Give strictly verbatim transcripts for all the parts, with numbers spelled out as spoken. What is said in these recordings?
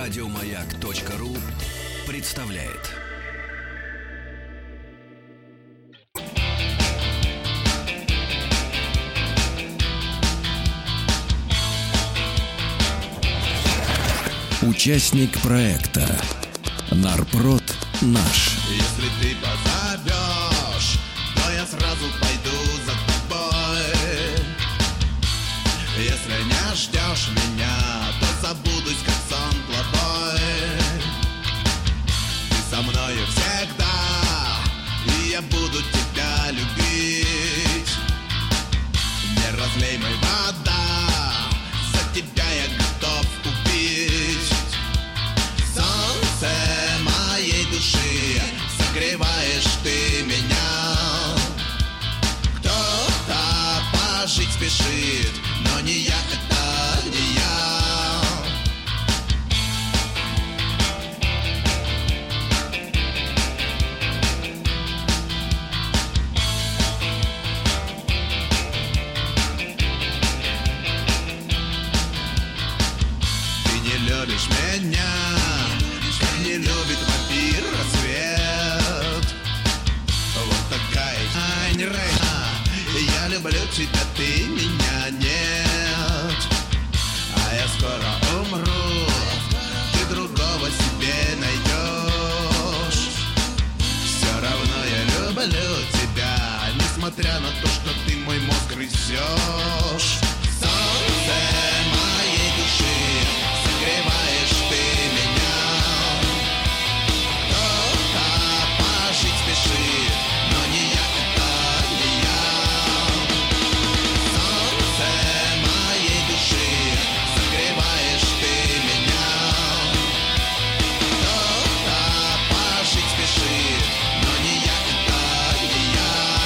Радиомаяк.ру представляет. Участник проекта Нарпрод наш. Если ты позовешь, то я сразу пойду за тобой. Если не ждешь меня, то забудусь, как сон плохой. Ты со мною всегда, и я буду тебя любить. Не разлей мой вода, за тебя я готов убить. Солнце моей души, согреваешь ты меня. Кто-то пожить спешит, но не я, это не я. Ты не любишь меня, как не любит вампир рассвет. Вот такая Ань Рэй. Я люблю тебя, ты меня нет. А я скоро умру, ты другого себе найдешь. Все равно я люблю тебя, несмотря на то, что ты мой мозг грызешь. Солнце моей души, согреваешь ты меня. Кто-то пожить спешит, но не я, это не я. Солнце моей души, согреваешь ты меня. Кто-то пожить спешит, но не я, это не я.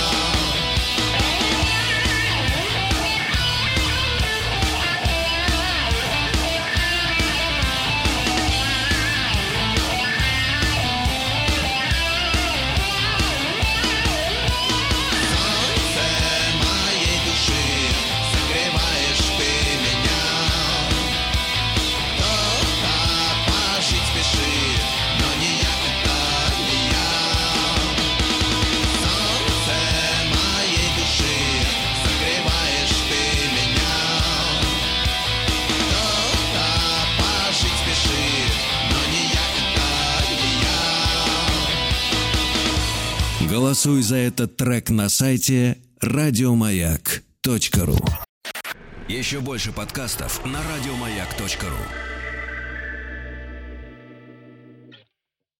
Солнце моей души, согреваешь ты меня. Кто-то пожить спешит, но не я, это не я. Солнце моей души, согреваешь ты меня. Кто-то пожить спешит, но не я, это не я. Голосуй за этот трек на сайте радиомаяк точка ру. Еще больше подкастов на радиомаяк точка ру.